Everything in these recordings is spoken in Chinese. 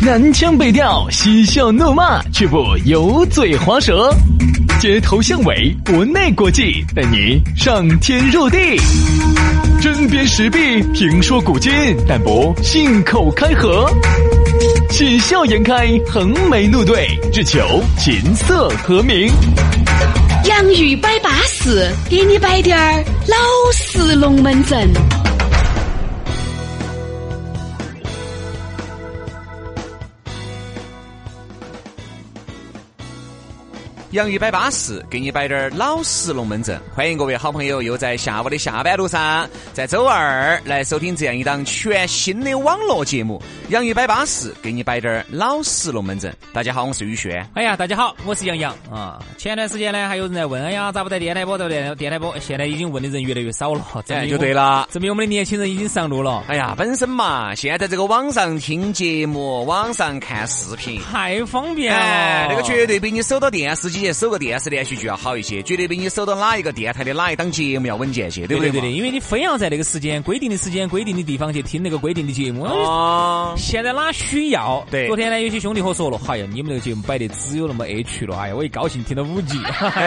南腔北调，嬉笑怒骂，却不油嘴滑舌，街头巷尾，国内国际，带你上天入地，针砭时弊，评说古今，但不信口开河，喜笑颜开，横眉怒对，只求琴瑟和鸣。 洋芋摆巴士，给你摆点儿老式龙门阵。 洋芋摆巴士，给你摆点老实龙门阵。欢迎各位好朋友又在下午的下班路上，在周二来收听这样一档全新的网络节目《洋芋摆巴士》，给你摆点老实龙门阵。大家好，我是宇轩。 哎呀，大家好，我是杨洋啊。前段时间呢，还有人在问，哎呀，咋不在电台播？电台播，现在已经问的人越来越少了。 哎，就对了， 证明我们的年轻人已经上路了。 哎呀，本身嘛，现在这个网上听节目、网上看视频太方便了。 哎，那个绝对比你守到电视机收个电视连续剧要好一些，绝对比你守到哪一个电台的哪一档节目要稳健些，对不对？ 对，因为你非要在那个时间规定的时间、规定的地方去听那个规定的节目。现在哪需要？ 对。 昨天呢，有些兄弟伙说了，哎呀，你们那个节目摆的只有那么 H 了，哎呀，我一高兴听到5G。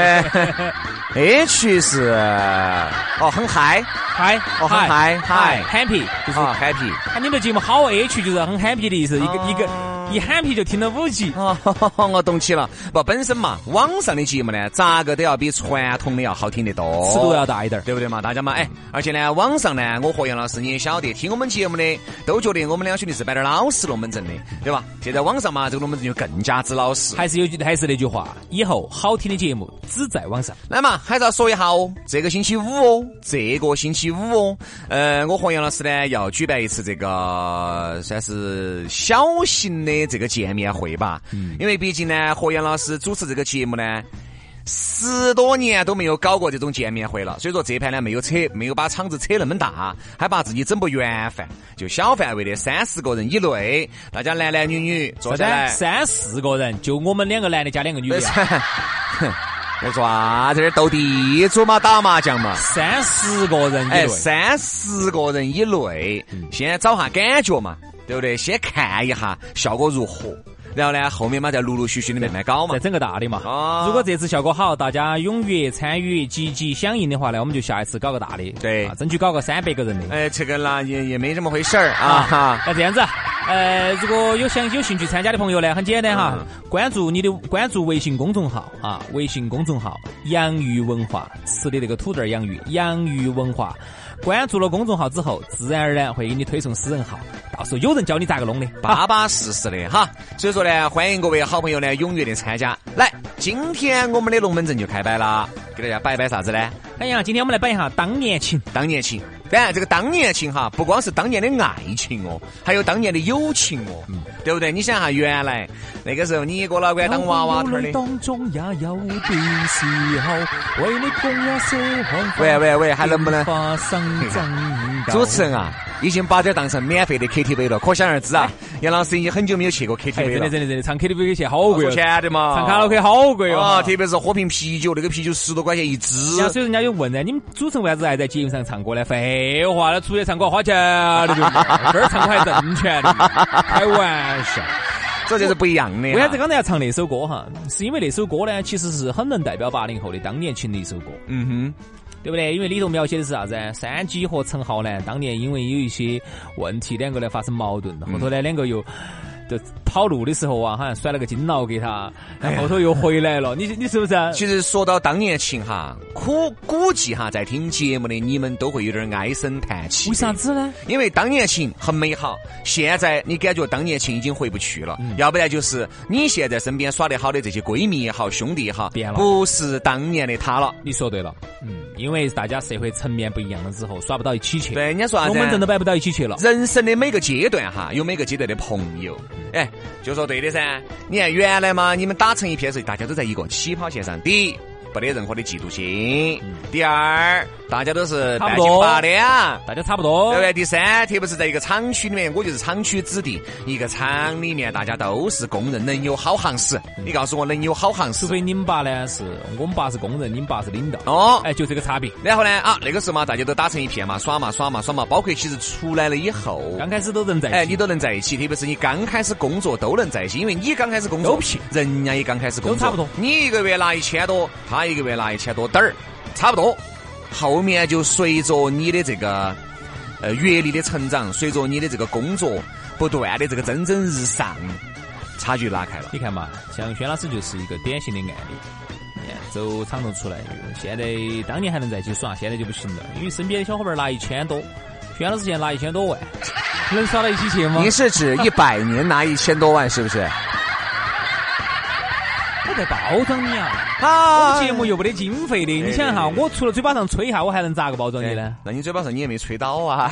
H 是很嗨， 很嗨 happy， 就是 happy。 你们的节目好 H 就是很 happy 的意思，一 happy 就听到5G。 我懂起了。不，本身嘛，网上的节目呢，咋个都要比传统的要好听得多， 尺度要大一点， 对不对嘛？大家嘛，而且呢，网上呢，我和杨老师你也晓得，听我们节目的都觉得我们两兄弟是摆点老实龙门阵的，对吧？现在网上嘛，这个龙门阵就更加之老实。 还是那句话，以后好听的节目只在网上。 来嘛，还是要说一下哦，这个星期五哦，我和杨老师呢要举办一次这个算是小型的这个见面会吧。因为毕竟呢，和杨老师主持这个节目呢10多年都没有搞过这种见面会了，所以说这盘呢没有把场子扯那么大，还把自己整不圆饭，就小范围的30个人以内，大家男男女女坐下来 ，3-4个人，就我们2个男的加2个女的。 要说啊，这是斗地主嘛，打麻将嘛 ，30个人以内 ，30个人以内，先找下感觉嘛，对不对？先看一下效果如何。然后呢，后面嘛再陆陆续续的慢慢搞嘛， 再整个大的嘛。如果这次效果好，大家踊跃参与、积极响应的话呢，我们就下一次搞个大的， 对， 争取搞个300个人的。 这个呢也没这么回事儿啊。 那这样子，如果有兴趣参加的朋友呢，很简单哈，关注微信公众号啊，微信公众号洋芋文化，吃的那个土豆洋芋，洋芋文化。关注了公众号之后，自然而然会给你推送私人号，到时候有人教你咋个弄的， 巴巴适适的哈。所以说呢，欢迎各位好朋友呢踊跃的参加。来，今天我们的龙门阵就开摆了，给大家摆摆啥子呢？ 哎呀，今天我们来摆一下当年情。 当然这个当年情哈，不光是当年的爱情哦，还有当年的友情哦，对不对？你想下原来那个时候，你一个老倌当娃娃头的， 当中也有的时候，为你共呀些喂，还能不能发生争吵？ 主持人啊，已经把这当成免费的 KTV 了，可想而知啊。杨老师已经很久没有去过 KTV 了， 真的唱 KTV 去好贵， 付钱的嘛， 唱卡拉 OK 好贵哦， 特别是喝瓶啤酒，那个啤酒10多块钱一支。 所以人家就问呢，你们主持人为啥子还在节目上唱歌呢？废话，那出去唱歌花钱的，这儿唱歌还挣钱的，开玩笑。 这就是不一样的。 为啥子刚才要唱那首歌哈？是因为那首歌呢，其实是很能代表80后的当年情的一首歌。对不对？因为里头描写的是啥子？3G和陈浩呢，当年因为有一些问题，两个呢发生矛盾，后头呢两个又就跑路的时候啊，好像甩了个金劳给他，后头又回来了。你是不是？ 其实说到当年情哈，估计哈，在听节目的你们都会有点唉声叹气。 为啥子呢？ 因为当年情很美好，现在你感觉当年情已经回不去了，要不然就是你现在身边耍得好的这些闺蜜也好，兄弟也好， 变了， 不是当年的他了。 你说对了，因为大家社会层面不一样了之后，耍不到一起去。 对，人家说啥子？ 龙门阵都摆不到一起去了。 人生的每个阶段哈，有每个阶段的朋友。就说对的噻。你看原来嘛，你们打成一片时，大家都在一个起跑线上。第一，没得任何的嫉妒心；第二， 大家都是半斤八两， 大家差不多， 对不对？第三，特别是在一个厂区里面，我就是厂区子弟，一个厂里面大家都是工人，能有好行驶。你告诉我能有好行驶？ 除非你们爸呢是我们爸是工人，你们爸是领导。 哦， 哎，就这个差别。 然后呢那个时候嘛，大家都打成一片嘛，耍嘛，包括其实出来了以后， 刚开始都能在一起， 你都能在一起，特别是你刚开始工作都能在一起，因为你刚开始工作，人家也刚开始工作， 都差不多。 你一个月拿1000多，他一个月拿1000多点儿，差不多。后面就随着你的这个阅历的成长，随着你的这个工作不断的这个蒸蒸日上，差距拉开了。 你看嘛，像轩老师就是一个典型的案例，走厂头出来，现在当年还能在一起耍，现在就不行了，因为身边的小伙伴拿1000多，轩老师现在拿1000多万，能耍到一起去吗？ 你是指100年拿1000多万是不是？ 我在包装你啊！我们节目又没得经费的，你想哈，我除了嘴巴上吹一下，我还能咋个包装你呢？ 那你嘴巴上你也没吹到啊！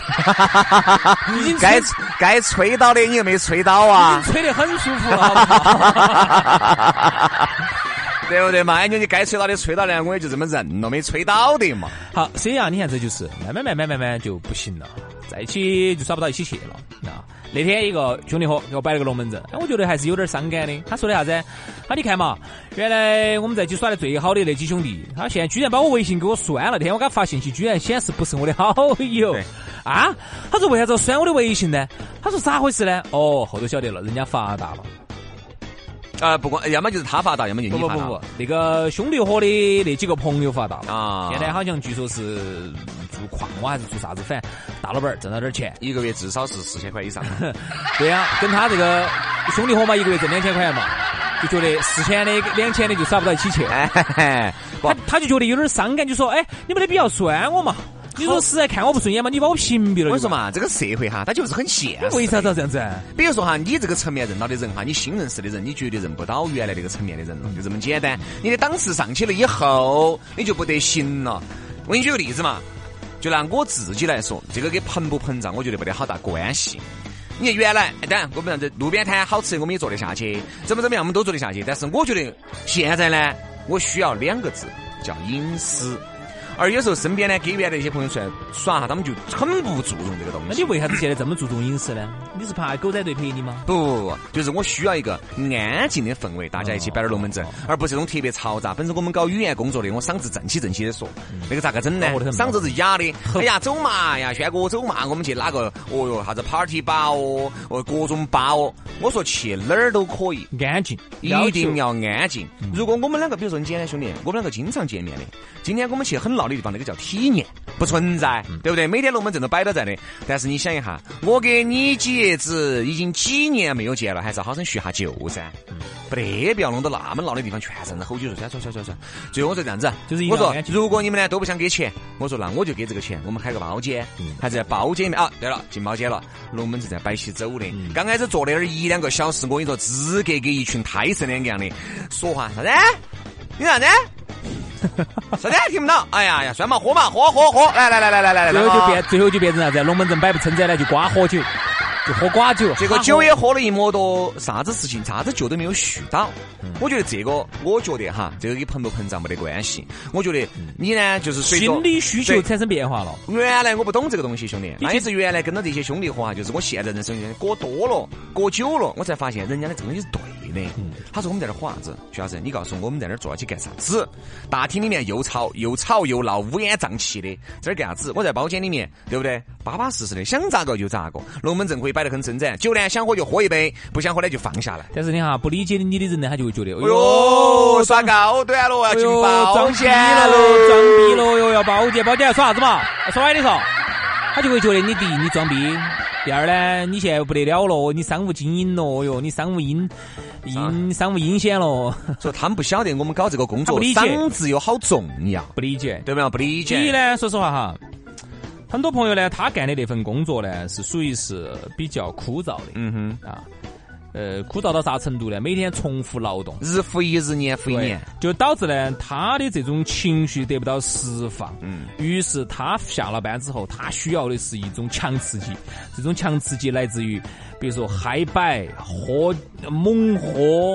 该吹到的你又没吹到啊！ 已经吹得很舒服了，好不好？ 对不对嘛？你该吹到的吹到了，我也就这么认了，没吹到的嘛。 好，所以啊，你看这就是慢慢就不行了，在一起就耍不到一起去了。那天一个兄弟伙给我摆了个龙门阵，我觉得还是有点伤感的。他说的啥子？你看嘛，原来我们在一起耍的最好的那几兄弟，他现在居然把我微信给我删了。那天我给他发信息，居然显示不是我的好友啊！他说为啥子要删我的微信呢？他说咋回事呢？后头晓得了，人家发达了。 不光要么就是他发达，要么就你发达。 不，那个兄弟伙的那几个朋友发达了啊！ 现在好像据说是做矿挖还是做啥子，反正大老板挣了点钱， 一个月至少是4000块以上。 对呀，跟他这个兄弟伙嘛，一个月挣2000块嘛，就觉得4000的、2000的就耍不到一起去。他就觉得有点伤感，就说：“你没得必要酸我嘛。”你说实在看我不顺眼嘛，你把我屏蔽了。 我说嘛，这个社会哈，它就是很现实。 为啥子要这样子？ 比如说哈，你这个层面认到的人哈，你新认识的人，你绝对认不到原来那个层面的人了，就这么简单。你的档次上去了以后，你就不得行了。我给你举个例子嘛，就拿我自己来说，这个跟膨不膨胀，我觉得没得好大关系。你原来当然我们这路边摊好吃，我们也做得下去，怎么样我们都做得下去。但是我觉得现在呢，我需要2个字，叫隐私。而有时候身边呢，跟原来一些朋友出来耍哈，他们就很不注重这个东西。 那你为啥子现在这么注重隐私呢？你是怕狗仔队陪你吗？ 不，就是我需要一个安静的氛围，大家一起摆点龙门阵，而不是这种特别嘈杂。本身我们搞语言工作的，我嗓子正起的说，那个咋个整呢？嗓子是哑的。哎呀，走嘛呀，轩哥走嘛，我们去哪个？啥子 party 吧各种吧我说去哪儿都可以， 安静， 一定要安静。如果我们两个，比如说你简单兄弟，我们两个经常见面的，今天我们去很闹的地方，那个叫体验，不存在，对不对？每天龙门阵都摆到在的。但是你想一下，我跟你姐子已经几年没有见了，还是好生叙下旧噻。不得不要弄到那么闹的地方，全是人吼起说算。最后我说这样子，就是我说如果你们呢都不想给钱，我说那我就给这个钱，我们开个包间，还在包间里面啊。对了，进包间了，龙门阵在摆起走的。刚开始坐那儿1-2个小时，我跟你说，资格给一群胎神两个样的说话啥子？你啥子？啥子听不到？哎呀，算嘛，喝嘛，喝，来， 最后就变成啥子？龙门阵摆不撑着呢，就刮喝酒，就喝寡酒， 结果酒也喝了一摸多，啥子事情，啥子酒都没有续到。我觉得这个，这个跟膨不膨胀没得关系。我觉得你呢，就是随着心理需求产生变化了。 原来我不懂这个东西，兄弟，那也是原来跟到这些兄弟伙就是我现在人生过多了，过久了，我才发现人家的这个东西是对的。他说我们在那儿喝啥子？徐老师，你告诉我们在那儿坐下去干啥子？大厅里面又吵又闹，乌烟瘴气的，在这儿干啥子？我在包间里面，对不对？巴巴适适的，想咋个就咋个。龙门阵可以摆得很伸展，酒呢想喝就喝一杯，不想喝呢就放下来。 但是你看，不理解你的人呢，他就会觉得， 哎呦，耍高端了，要进包间了， 装逼了哟，要包间要耍啥子嘛？耍歪的说，他就会觉得你第一你装逼，第二呢，你现在不得了了，你商务精英了哟，你商务阴险了。 所以他们不晓得我们搞这个工作，嗓子有好重要， 不理解， 对不对？不理解。 第一呢，说实话哈，很多朋友呢，他干的那份工作呢，是属于是比较枯燥的。枯燥到啥程度呢？每天重复劳动， 日复一日，年复一年， 就导致呢他的这种情绪得不到释放。于是他下了班之后，他需要的是一种强刺激。这种强刺激来自于，比如说嗨摆、猛喝，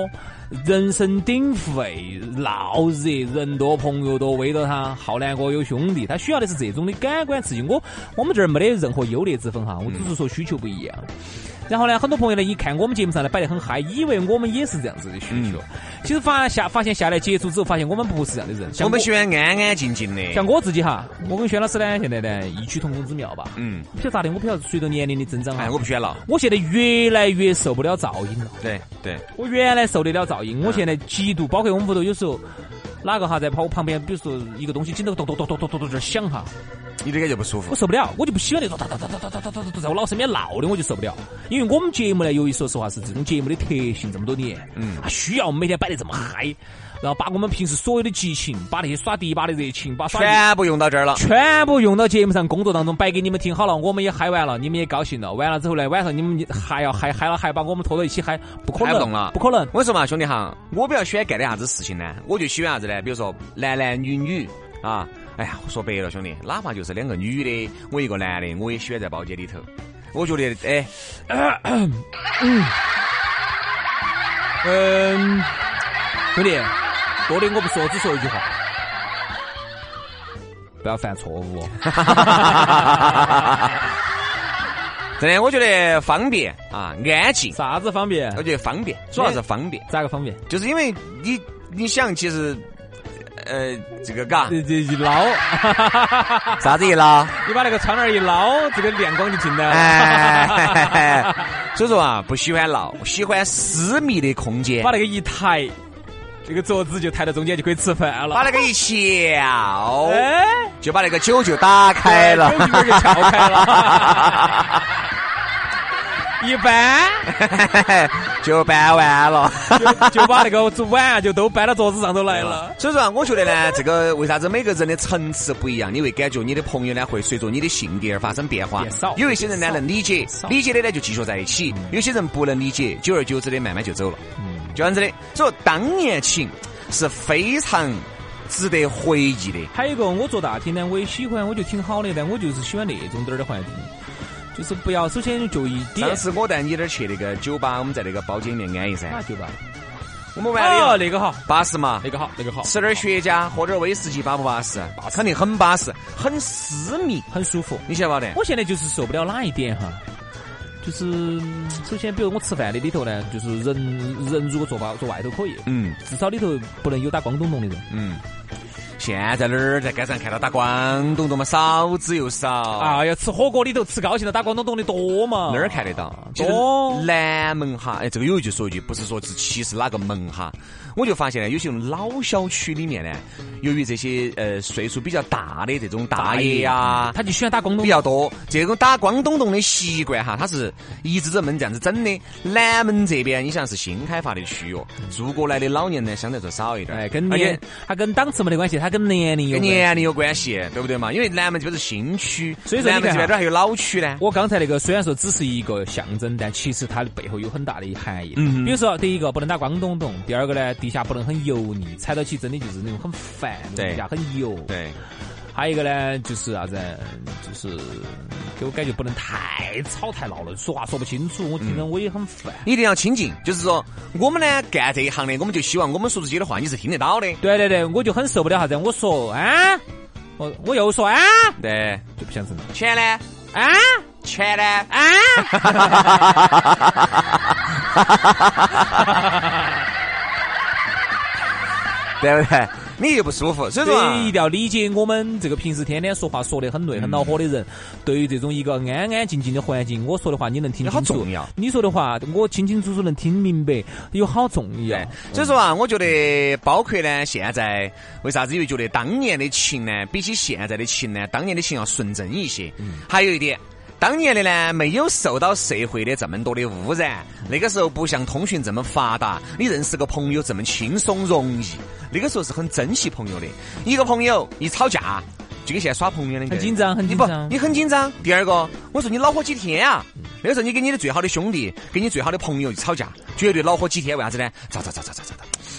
人声鼎沸，闹热，人多朋友多，围着他，好难过有兄弟，他需要的是这种的感官刺激。我们这儿没得任何优劣之分哈，我只是说需求不一样。然后呢，很多朋友呢一看我们节目上呢摆得很嗨，以为我们也是这样子的需求。其实发现下来接触之后，发现我们不是这样的人。 我们喜欢安安静静的。 像我自己哈，我跟轩老师呢，现在呢异曲同工之妙吧。不晓得咋的，我不晓得随着年龄的增长啊， 我不喜欢老。 我现在越来越受不了噪音了。 对， 我原来受得了噪音，我现在极度，包括我们屋头有时候哪个哈在跑我旁边，比如说一个东西紧到咚咚咚咚咚咚咚这响哈。 你这个就不舒服， 我受不了，我就不喜欢那种哒哒哒哒哒哒哒哒在我脑身边闹的，我就受不了。因为我们节目呢，由于说实话是这种节目的特性，这么多年，需要我们每天摆得这么嗨，然后把我们平时所有的激情，把那些耍迪吧的热情，把全部用到这儿了， 全部用到节目上工作当中摆给你们听好了，我们也嗨完了，你们也高兴了。完了之后呢，晚上你们还要嗨了，还把我们拖到一起嗨，不可能，不可能。 我说嘛，兄弟哈，我比较喜欢干的啥子事情呢？我就喜欢啥子呢？比如说男男女女啊。哎呀，说白了，兄弟，哪怕就是两个女的，我一个男的，我也喜欢在包间里头。我觉得， 兄弟，多的我不说，只说一句话，不要犯错误。 真的，我觉得方便啊，安静。 啥子方便？ 我觉得方便，主要是方便。 咋个方便？ 就是因为你想，其实。这个嘎， 这一捞， 啥子一捞？ 你把那个窗帘一捞，这个亮光就进来了。 所以说啊，不喜欢闹，喜欢私密的空间。 把那个一抬，这个桌子就抬到中间就可以吃饭了。 把那个一撬，就把那个酒就打开了， 酒就撬开了。一搬就搬完了， 就把那个碗就都搬到桌子上头来了。 所以说，我觉得呢，这个为啥子每个人的层次不一样，你会感觉你的朋友呢会随着你的性格而发生变化。有一些人呢能理解的呢就继续在一起，有些人不能理解，久而久之的慢慢就走了。就这样子的。所以当年情是非常值得回忆的。 还有一个，我做大厅呢，我也喜欢，我就挺好的，但我就是喜欢那种点儿的环境。就是不要，首先就一点。 上次我带你那儿去那个酒吧，我们在那个包间里面安逸噻。 哪酒吧？ 我们玩的那个好， 巴适嘛， 那个好。 吃点雪茄，喝点威士忌，巴不巴适？肯定很巴适，很私密， 很舒服。 你晓得的？ 我现在就是受不了哪一点哈，就是首先，比如我吃饭的里头呢，就是人如果坐外头可以，至少里头不能有打光咚咚的人，现在哪儿在街上看到打光咚咚嘛，少之又少啊！要吃火锅里头吃高兴了，打光咚咚的多嘛，哪儿看得到？多南门哈，这个有一句说一句，不是说是歧视哪个门哈。我就发现呢，有些老小区里面呢，由于这些岁数比较大的这种大爷啊，他就喜欢打光咚比较多。这种打光咚咚的习惯哈，他是一直这么这样子整的。南门这边你像是新开发的区域，住过来的老年呢相对就少一点。哎，它跟档次没得关系，它跟年龄有关系，对不对嘛？因为南门这边是新区，所以说南门这边还有老区呢。我刚才那个虽然说只是一个象征，但其实它的背后有很大的含义。比如说第一个不能打光咚咚，第二个呢。地下不能很油腻，踩到起真的就是那种很烦，地下很油。对，还有一个呢，就是啥子，就是给我感觉不能太吵太闹了，说话说不清楚，我听着我也很烦。一定要亲近，就是说我们呢干这一行的，我们就希望我们说出去的话你是听得到的。对对对，我就很受不了啥子，我说啊，我又说啊，对，就不想听了。钱呢？啊？钱呢？啊？对不对？你又不舒服，所以说一定要理解我们这个平时天天说话说得很累、很恼火的人，对于这种一个安安静静的环境，我说的话你能听清楚，好重要。你说的话我清清楚楚能听明白，有好重要。所以说啊，我觉得包括呢，现在为啥子又觉得当年的情呢，比起现在的情呢，当年的情要纯正一些。还有一点。当年的呢，没有受到社会的这么多的污染，那个时候不像通讯这么发达，你认识个朋友这么轻松容易，那个时候是很珍惜朋友的。一个朋友一吵架，就跟现在耍朋友的，很紧张，很紧张，你很紧张。第二个，我说你恼火几天啊？那个时候你跟你的最好的兄弟，跟你最好的朋友吵架，绝对恼火几天，为啥子呢？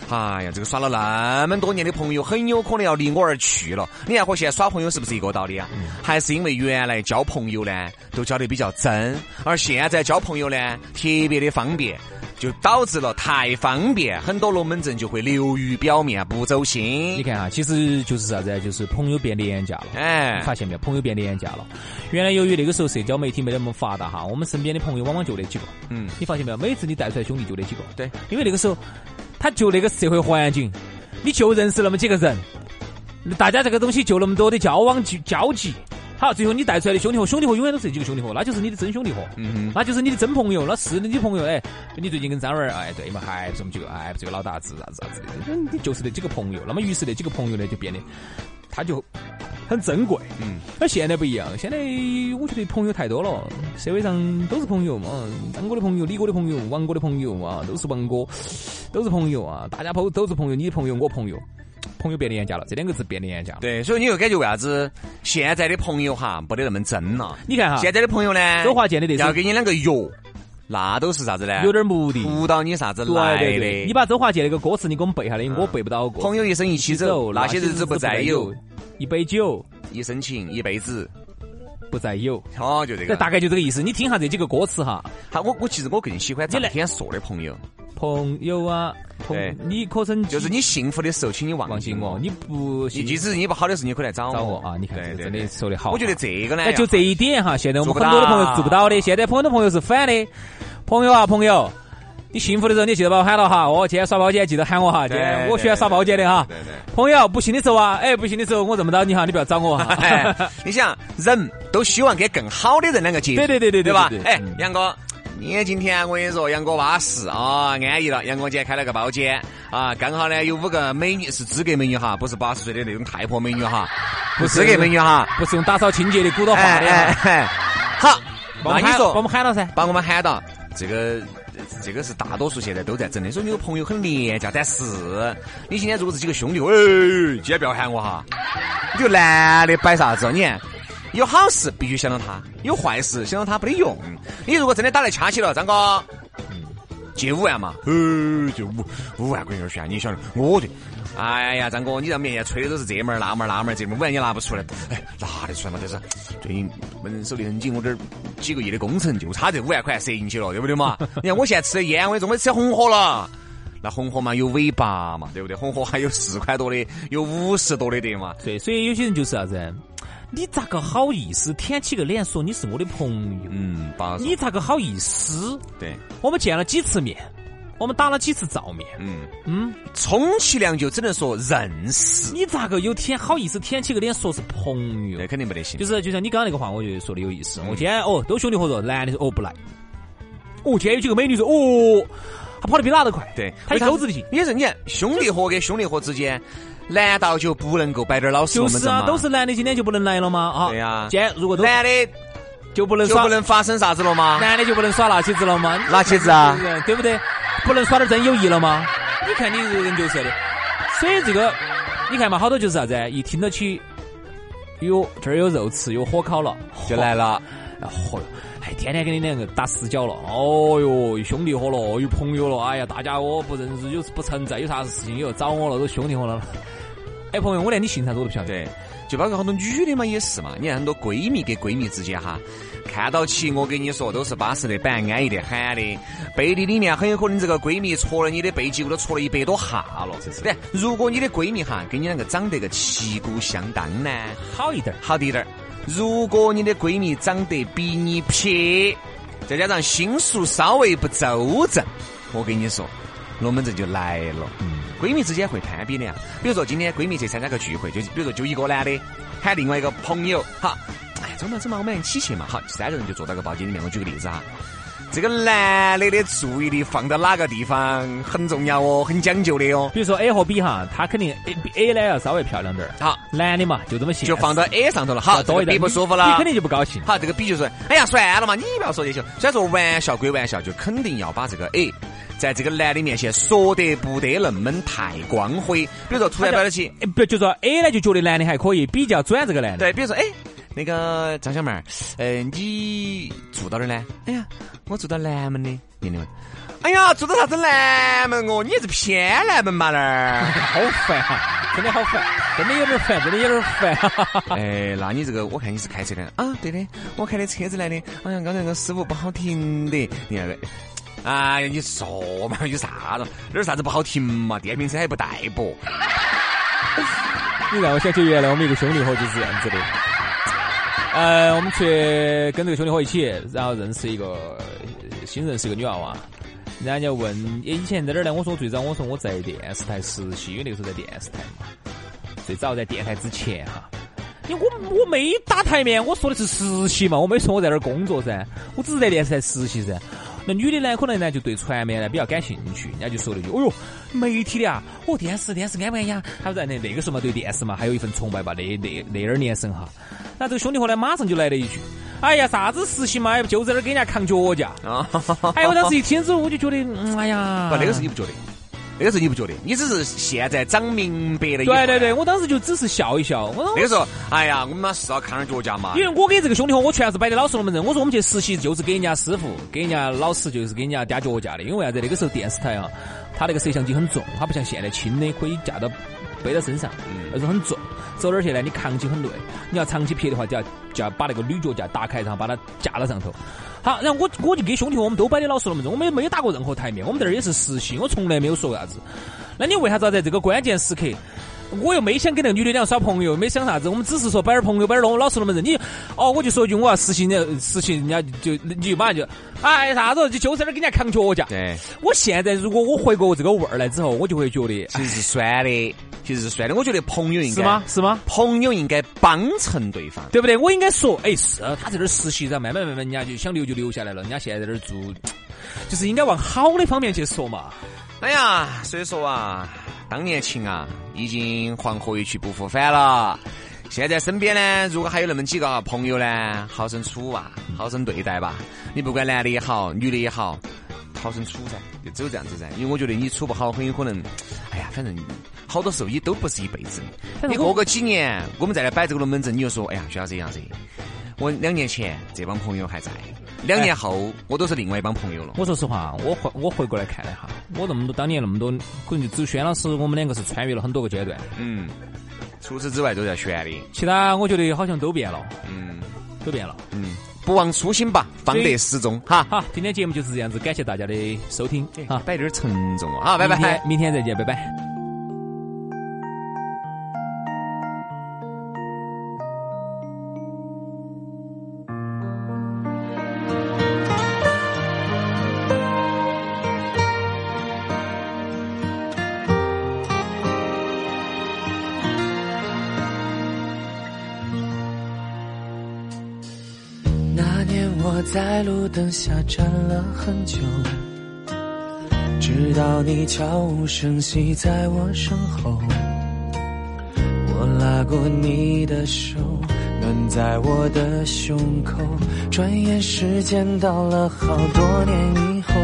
哎呀，这个耍了那么多年的朋友，很有可能要离我而去了。你看和现在耍朋友是不是一个道理啊？还是因为原来交朋友呢都交得比较真，而现在交朋友呢特别的方便，就导致了太方便，很多龙门阵就会流于表面，不走心。 你看啊，其实就是啥子？就是朋友变廉价了。 哎， 发现没有？朋友变廉价了。原来由于那个时候社交媒体没那么发达哈，我们身边的朋友往往就那几个。你发现没有？每次你带出来兄弟就那几个。 对， 因为那个时候他就那个社会环境，你就认识那么几个人，大家这个东西就那么多的交往交集。好，最后你带出来的兄弟伙永远都是这几个兄弟伙，那就是你的真兄弟伙，那就是你的真朋友，那是你的朋友。哎，你最近跟张儿，哎，对嘛，还不是我们几个，哎，这个老大子啥子，你就是那几个朋友。那么于是那几个朋友呢，就变得他就很珍贵。而现在不一样，现在我觉得朋友太多了，社会上都是朋友嘛，张哥的朋友、李哥的朋友、王哥的朋友啊，都是王哥，都是朋友啊，大家都是朋友，你的朋友，我朋友。朋友变廉价了，这两个字变廉价了。 对，所以你又感觉为啥子现在的朋友哈没得那么真了？ 你看哈， 现在的朋友呢， 周华健的这要给你两个约，那都是啥子呢？ 有点目的， 不到你啥子来的。 对，你把周华健那个歌词你给我们背下来，我背不到过。 朋友一生一起走，那些日子不再有。 一杯酒， 一生情，一辈子不再有。 哦，就这个， 大概就这个意思。你听下这几个歌词哈。 我其实我更喜欢张天硕的朋友。 朋友啊， 对， 你可曾就是你幸福的时候，请你忘记我； 你不， 即使你不好的时候，你可以来找我啊！你看，真的说得好。 我觉得这个呢， 就这一点哈，现在我们很多的朋友做不到的。现在很多朋友是反的。朋友啊，朋友，你幸福的时候，你记得把我喊了哈。我今天耍保险，记得喊我哈。今天我喜欢耍保险的哈。 对。 朋友，不信的时候啊，哎，不信的时候我认不到你哈，你不要找我哈。 你想，人都希望给更好的人两个结局，对吧？哎，杨哥。你今天我跟你说，杨哥巴适啊，安逸了。杨哥今天开了个包间啊，刚好呢有5个美女，是资格美女哈，不是80岁的那种太婆美女哈，不是资格美女哈， 不是用打扫清洁的鼓捣话的。 好，那你说把我们喊了噻， 把我们喊到，这个是大多数现在都在整的。所以你有朋友很廉价，但是你今天如果是几个兄弟，今天不要喊我哈，你就男的摆啥子？你看。有好事必须想到他，有坏事想到他不得用。你如果真的打来掐起了，张哥，借5万嘛，就5万块钱选，你晓得我的。哎呀，张哥，你在面前吹的都是这门那门这门，5万你拿不出来，哎，拿得出来嘛？但是最近我们手里很紧，我这几个亿的工程就差这5万块塞进去了，对不对嘛？你看我现在吃的烟，我总会吃红火了。那红火嘛有尾巴嘛，对不对？红火还有4块多的，有50多的得嘛。 对，所以有些人就是啥子？你咋个好意思舔起个脸说你是我的朋友？你咋个好意思？ 对， 我们见了几次面，我们打了几次照面， 充其量就只能说认识。 你咋个好意思舔起个脸说是朋友？ 对，肯定不得行。 就像你刚刚那个话，我觉得说的有意思。我今天都兄弟伙说，男的说不来，今天有几个美女说他跑得比哪都快， 对， 他一钩子的劲。 也是你看兄弟伙跟兄弟伙之间。难道就不能够摆点老实龙门阵吗？ 就是啊，都是男的，今天就不能来了吗？啊， 对呀。 今天如果都男的就不能发生啥子了吗？ 男的就不能耍拿起子了吗？ 拿起子啊， 对不对？不能耍点真友谊了吗？你看你这个人就是的。所以这个你看嘛，好多就是啥子？一听到起有这儿有肉吃，有火烤了， 就来了。 天天跟你两个打死角了，兄弟伙了，有朋友了，哎呀，大家我不认识，有不存在，有啥事情又找我了，都兄弟伙了。哎，朋友，我连你姓啥我都不晓得。 对，就包括很多女的嘛也是嘛，你看很多闺蜜跟闺蜜之间哈，看到起我跟你说都是巴适的板，安逸的喊的，背地里面很有可能这个闺蜜戳了你的背脊骨都戳了100多下了。对，如果你的闺蜜哈跟你两个长得个旗鼓相当呢， 好一点。 如果你的闺蜜长得比你撇，再加上心术稍微不周正，我跟你说龙门阵就来了。闺蜜之间会攀比的呀。比如说今天闺蜜去参加个聚会，就比如说就一个男的喊另外一个朋友，好，走嘛，我们一起去嘛。好，3个人就坐到个包间里面。我举个例子哈，这个男的注意力放到哪个地方很重要哦，很讲究的哦。 比如说 A 和 B 哈，他肯定 A 呢要稍微漂亮点。 好， 男的嘛就这么写， 就放到 A 上头了。好， 多一点 B 不舒服了， 你肯定就不高兴。 好，这个 B 就说，哎呀，算了嘛，你不要说这些。虽然说玩笑归玩笑，就肯定要把这个 A 在这个男的面前说得不得那么太光辉。比如说突然摆得起， 就说 A 呢就觉得男的还可以，比较转这个男的。 对，比如说那个张小妹儿，你住到哪儿呢？哎呀，我住到南门的。 年龄问。哎呀，住的啥子南门哦？你也是偏南门嘛那儿？ 好烦啊！真的好烦，真的有点烦，真的有点烦。 哎，那你这个，我看你是开车的啊？对的，我开的车子来的。好像刚才那个师傅不好停的，你那个。哎呀，你说嘛，有啥子？这是啥子不好停嘛？电瓶车还不带不？ 你让我想起原来我们一个兄弟伙就是这样子的。我们去跟这个兄弟伙一起，然后认识一个新认识一个女娃娃。人家问以前在哪儿呢？我说最早我说我在电视台实习，因为那个时候在电视台嘛，最早在电台之前哈。因为我没打台面，我说的是实习嘛，我没说我在那儿工作噻，我只是在电视台实习噻。那女的呢，可能呢就对传媒呢比较感兴趣，人家就说了一句：“哦哟，媒体的啊，电视安不安呀？”他在那个时候嘛，对电视嘛还有一份崇拜吧，那2年生哈。那这个兄弟伙呢，马上就来了一句：“哎呀，啥子实习嘛，就在那儿给人家扛脚架。”哎，我当时一听之后，我就觉得，哎呀， 不，那个时候你不觉得？那个时候你不觉得？你只是现在长明白了。 对，我当时就只是笑一笑。 那个时候，哎呀，我们嘛是要扛着脚架嘛。 因为我给这个兄弟伙，我全是摆的老实龙门阵。我说我们去实习就是给人家师傅、给人家老师，就是给人家嗲脚架的。因为啥子？那个时候电视台啊，它那个摄像机很重，它不像现在轻的可以架到背到身上，而是很重。走哪儿去呢？你扛起很累。你要长期撇的话，就要把那个铝脚架打开，然后把它架到上头。好，然后我就给兄弟伙，我们都摆的老实龙门阵，我们没有打过任何台面，我们这儿也是实习，我从来没有说过啥子。那你为啥子在这个关键时刻，我又没想跟那个女的俩耍朋友，没想啥子，我们只是说摆点朋友，摆点老实龙门阵。你我就说一句我要实习，人家就你就马上就哎啥子就在那给人家扛脚架。 对， 我现在如果我回过这个味儿来之后，我就会觉得其实是酸的。其实是酸的，我觉得朋友应该是吗？ 朋友应该帮衬对方， 对不对？我应该说，是他在这儿实习，然后慢慢人家就想留就留下来了，人家现在在这儿住，就是应该往好的方面去说嘛。 哎呀，所以说啊，当年情啊，已经黄河一去不复返了。现在身边呢，如果还有那么几个朋友呢，好生处啊，好生对待吧。你不管男的也好，女的也好，好生处噻，就只有这样子噻。因为我觉得你处不好，很有可能，哎呀，反正好多时候也都不是一辈子的。你过个几年，我们再来摆这个龙门阵，你就说，哎呀，需要这样子。我2年前这帮朋友还在，2年后我都是另外一帮朋友了。 我说实话，我回过来看了哈，我那么多当年那么多，可能就只有轩老师，我们2个是穿越了很多个阶段。 除此之外都在悬的， 其他我觉得好像都变了。都变了。 不忘初心吧，方得始终。哈， 好，今天节目就是这样子，感谢大家的收听。好， 摆点沉重啊，好，拜拜， 明天再见，拜拜。 我在路灯下站了很久，直到你悄无声息在我身后，我拉过你的手，暖在我的胸口，转眼时间到了好多年以后。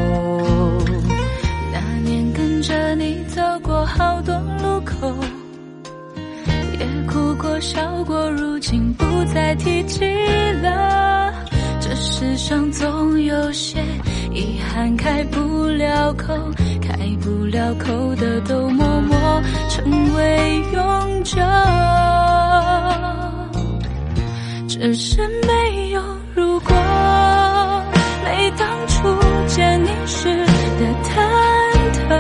那年跟着你走过好多路口，也哭过笑过，如今不再提起了。这世上总有些遗憾开不了口，开不了口的都默默成为永久。只是没有如果，没当初见你时的忐忑。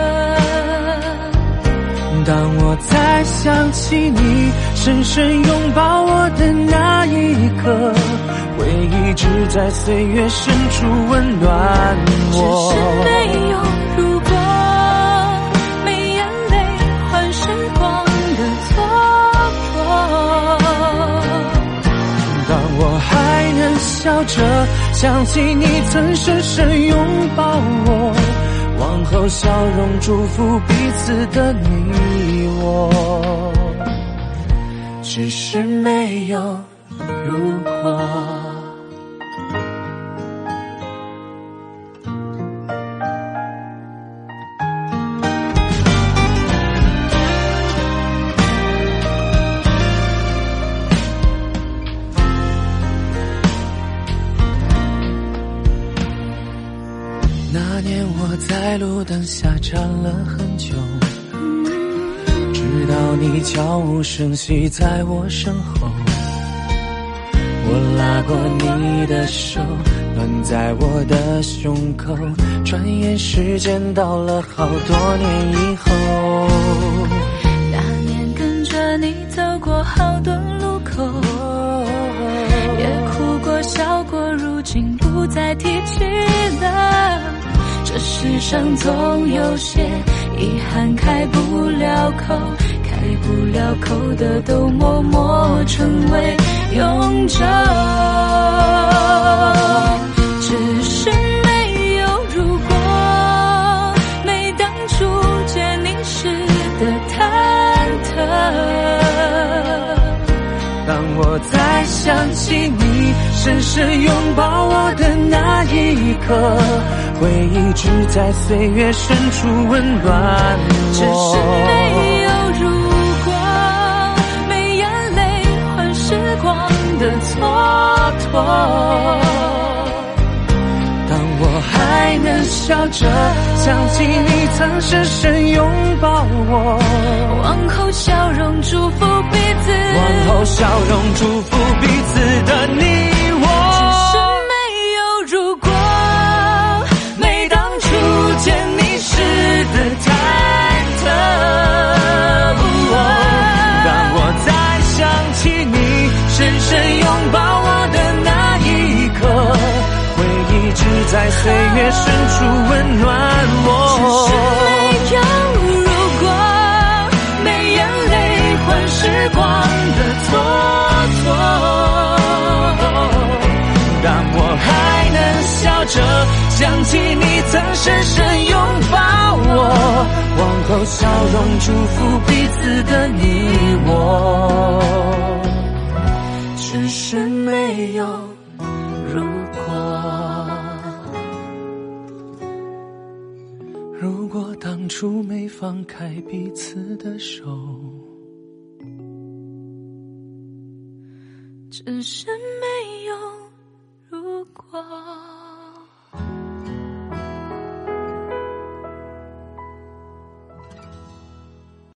当我再想起你深深拥抱我的那一刻，回忆只在岁月深处温暖我。 只是没有如果，没眼泪换时光的蹉跎。 当我还能笑着想起你曾深深拥抱我，往后笑容祝福彼此的你我。只是没有如果。 那年我在路灯下站了很久，直到你悄无声息在我身后，我拉过你的手，暖在我的胸口，转眼时间到了好多年以后。 那年跟着你走过好多路口，也哭过笑过，如今不再提起了。这世上总有些遗憾开不了口，开不了口的都默默成为永久。只是没有如果，没当初见你时的忐忑。 当我再想起你深深拥抱我的那一刻，回忆只在岁月深处温暖我。 只是没有如果，没眼泪换时光的蹉跎。 当我还能笑着想起你曾深深拥抱我， 往后笑容祝福彼此， 往后笑容祝福彼此的你我。 只是没有如果，没当初见你时的忐忑。 当我再想起你深深拥抱我的那一刻，回忆只在岁月深处温暖我。 只是没有如果，没眼泪换时光的蹉跎。 当我还能笑着想起你曾深深拥抱我，往后笑容祝福彼此的你我。只是没有如果，如果当初没放开彼此的手， 只是没有如果。